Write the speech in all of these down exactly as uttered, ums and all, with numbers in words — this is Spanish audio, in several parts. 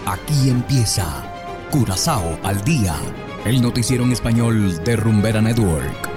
Aquí empieza Curazao al día, el noticiero en español de Rumbera Network.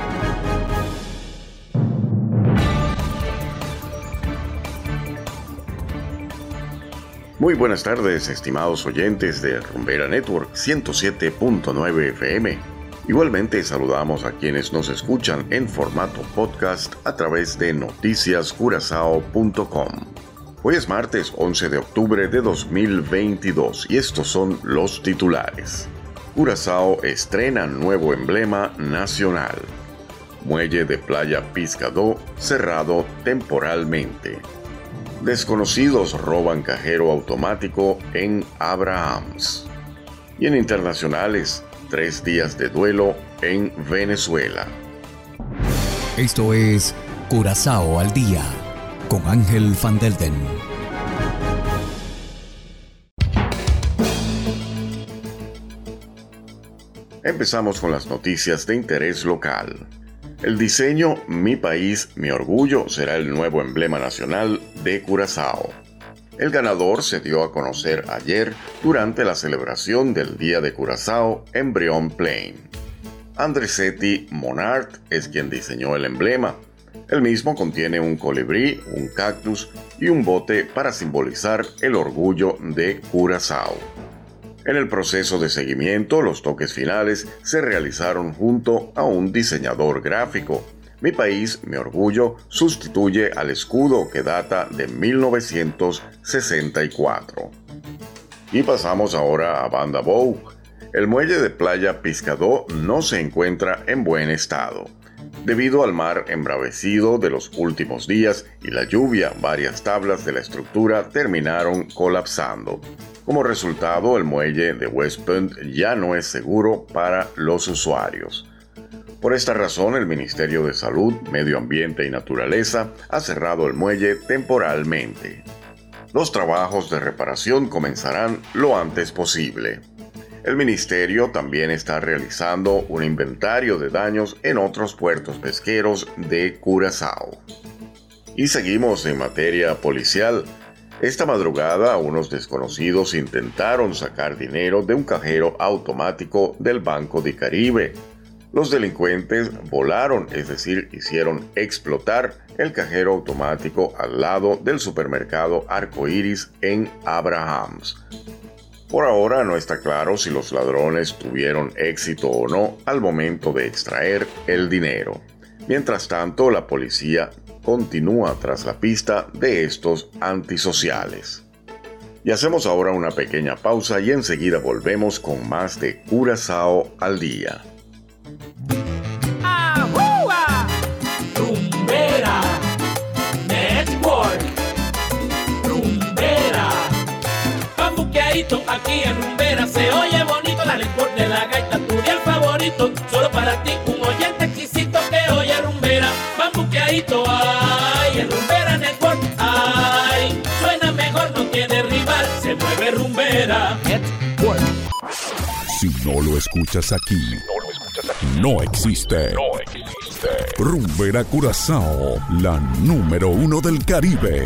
Muy buenas tardes, estimados oyentes de Rumbera Network ciento siete punto nueve F M. Igualmente saludamos a quienes nos escuchan en formato podcast a través de noticias curazao punto com. Hoy es martes once de octubre de dos mil veintidós y estos son los titulares. Curazao estrena nuevo emblema nacional. Muelle de Playa Piscadó cerrado temporalmente. Desconocidos roban cajero automático en Abrahams. Y en internacionales, tres días de duelo en Venezuela. Esto es Curazao al día con Ángel Van Delden. Empezamos con las noticias de interés local. El diseño Mi País, Mi Orgullo será el nuevo emblema nacional de Curazao. El ganador se dio a conocer ayer durante la celebración del Día de Curazao en Brion Plain. Andresetti Monart es quien diseñó el emblema. El mismo contiene un colibrí, un cactus y un bote para simbolizar el orgullo de Curazao. En el proceso de seguimiento, los toques finales se realizaron junto a un diseñador gráfico. Mi País, Mi Orgullo sustituye al escudo que data de mil novecientos sesenta y cuatro. Y pasamos ahora a Banda Bow. El muelle de Playa Piscadó no se encuentra en buen estado. Debido al mar embravecido de los últimos días y la lluvia, varias tablas de la estructura terminaron colapsando. Como resultado, el muelle de West Point ya no es seguro para los usuarios. Por esta razón, el Ministerio de Salud, Medio Ambiente y Naturaleza ha cerrado el muelle temporalmente. Los trabajos de reparación comenzarán lo antes posible. El Ministerio también está realizando un inventario de daños en otros puertos pesqueros de Curazao. Y seguimos en materia policial. Esta madrugada, unos desconocidos intentaron sacar dinero de un cajero automático del Banco de Caribe. Los delincuentes volaron, es decir, hicieron explotar el cajero automático al lado del supermercado Arcoiris en Abrahams. Por ahora no está claro si los ladrones tuvieron éxito o no al momento de extraer el dinero. Mientras tanto, la policía continúa tras la pista de estos antisociales. Y hacemos ahora una pequeña pausa y enseguida volvemos con más de Curazao al día. ¡Ahúa! Rumbera Network. Rumbera. Pambuqueadito aquí en Rumbera se oye bonito la network de la gaita, tu día favorito. Solo para ti un oyente exquisito que oye Rumbera. Pambuqueadito ay, en Rumbera Network ay, suena mejor, no tiene rival, se mueve Rumbera Network. Si no lo escuchas aquí, no, lo escuchas aquí, no existe. No existe. Rumbera Curazao, la número uno del Caribe.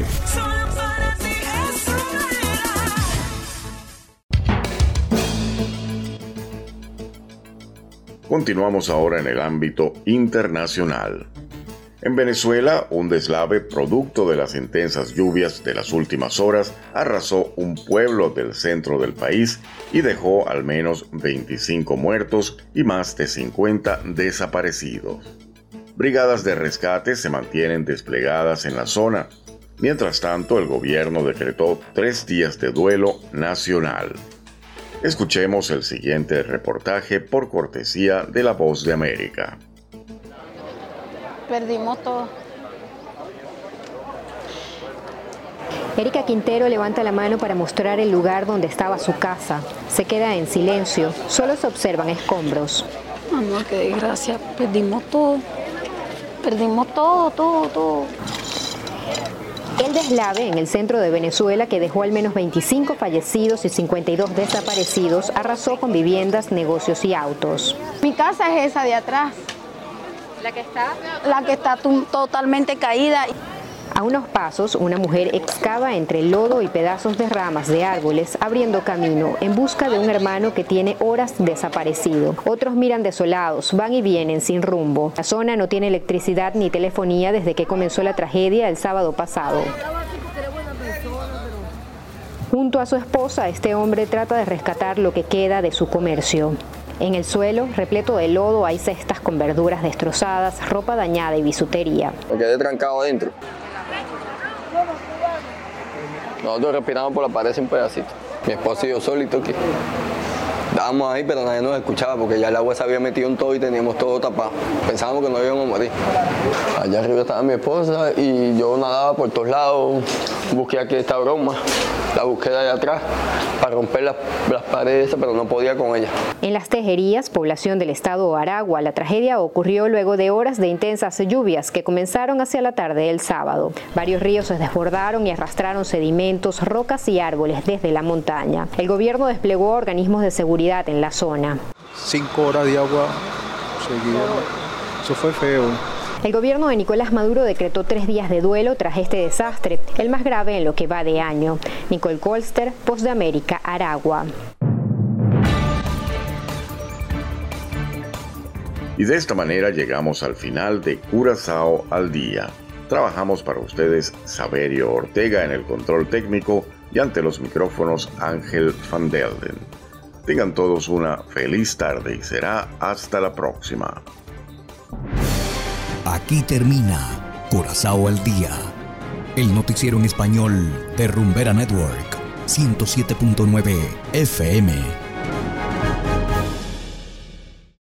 Continuamos ahora en el ámbito internacional. En Venezuela, un deslave producto de las intensas lluvias de las últimas horas arrasó un pueblo del centro del país y dejó al menos veinticinco muertos y más de cincuenta desaparecidos. Brigadas de rescate se mantienen desplegadas en la zona. Mientras tanto, el gobierno decretó tres días de duelo nacional. Escuchemos el siguiente reportaje por cortesía de La Voz de América. Perdimos todo. Erika Quintero levanta la mano para mostrar el lugar donde estaba su casa. Se queda en silencio, solo se observan escombros. Amor, qué desgracia, perdimos todo. Perdimos todo, todo, todo. El deslave en el centro de Venezuela, que dejó al menos veinticinco fallecidos y cincuenta y dos desaparecidos, arrasó con viviendas, negocios y autos. Mi casa es esa de atrás. ¿La que está? La que está t- totalmente caída. A unos pasos, una mujer excava entre lodo y pedazos de ramas de árboles, abriendo camino en busca de un hermano que tiene horas desaparecido. Otros miran desolados, van y vienen sin rumbo. La zona no tiene electricidad ni telefonía desde que comenzó la tragedia el sábado pasado. Junto a su esposa, este hombre trata de rescatar lo que queda de su comercio. En el suelo, repleto de lodo, hay cestas con verduras destrozadas, ropa dañada y bisutería. Me quedé trancado adentro. Nosotros respiramos por la pared sin pedacito. Mi esposo y yo solito aquí. Estábamos ahí, pero nadie nos escuchaba porque ya el agua se había metido en todo y teníamos todo tapado. Pensábamos que no íbamos a morir. Allá arriba estaba mi esposa y yo nadaba por todos lados. Busqué aquí esta broma, la busqué de allá atrás para romper las, las paredes, pero no podía con ella. En Las Tejerías, población del estado Aragua, la tragedia ocurrió luego de horas de intensas lluvias que comenzaron hacia la tarde del sábado. Varios ríos se desbordaron y arrastraron sedimentos, rocas y árboles desde la montaña. El gobierno desplegó organismos de seguridad en la zona. Cinco horas de agua seguida. Eso fue feo. El gobierno de Nicolás Maduro decretó tres días de duelo tras este desastre, el más grave en lo que va de año. Nicole Colster, Voz de América, Aragua. Y de esta manera llegamos al final de Curazao al Día. Trabajamos para ustedes Saverio Ortega en el control técnico y ante los micrófonos Ángel Van Delden. Tengan todos una feliz tarde y será hasta la próxima. Aquí termina Curazao al Día, el noticiero en español de Rumbera Network, ciento siete punto nueve F M.